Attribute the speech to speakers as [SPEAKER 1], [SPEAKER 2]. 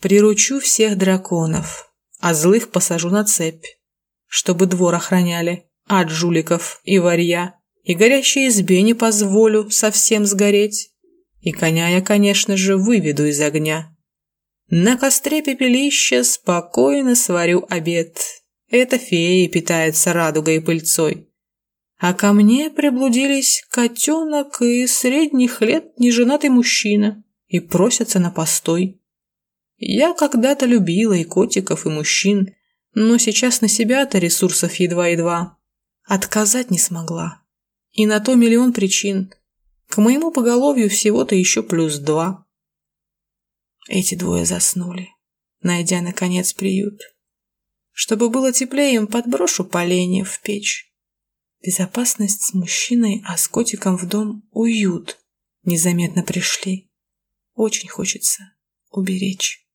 [SPEAKER 1] Приручу всех драконов, а злых посажу на цепь, чтобы двор охраняли от жуликов и варья, и горящей избе не позволю совсем сгореть, и коня я, конечно же, выведу из огня. На костре пепелища спокойно сварю обед. Это феи питаются радугой и пыльцой. А ко мне приблудились котенок и средних лет неженатый мужчина и просятся на постой. Я когда-то любила и котиков, и мужчин, но сейчас на себя-то ресурсов едва-едва. Отказать не смогла. И на то миллион причин. К моему поголовью всего-то еще +2. Эти двое заснули, найдя, наконец, приют. Чтобы было теплее, им подброшу поленья в печь. Безопасность с мужчиной, а с котиком в дом уют. Незаметно пришли. Очень хочется уберечь.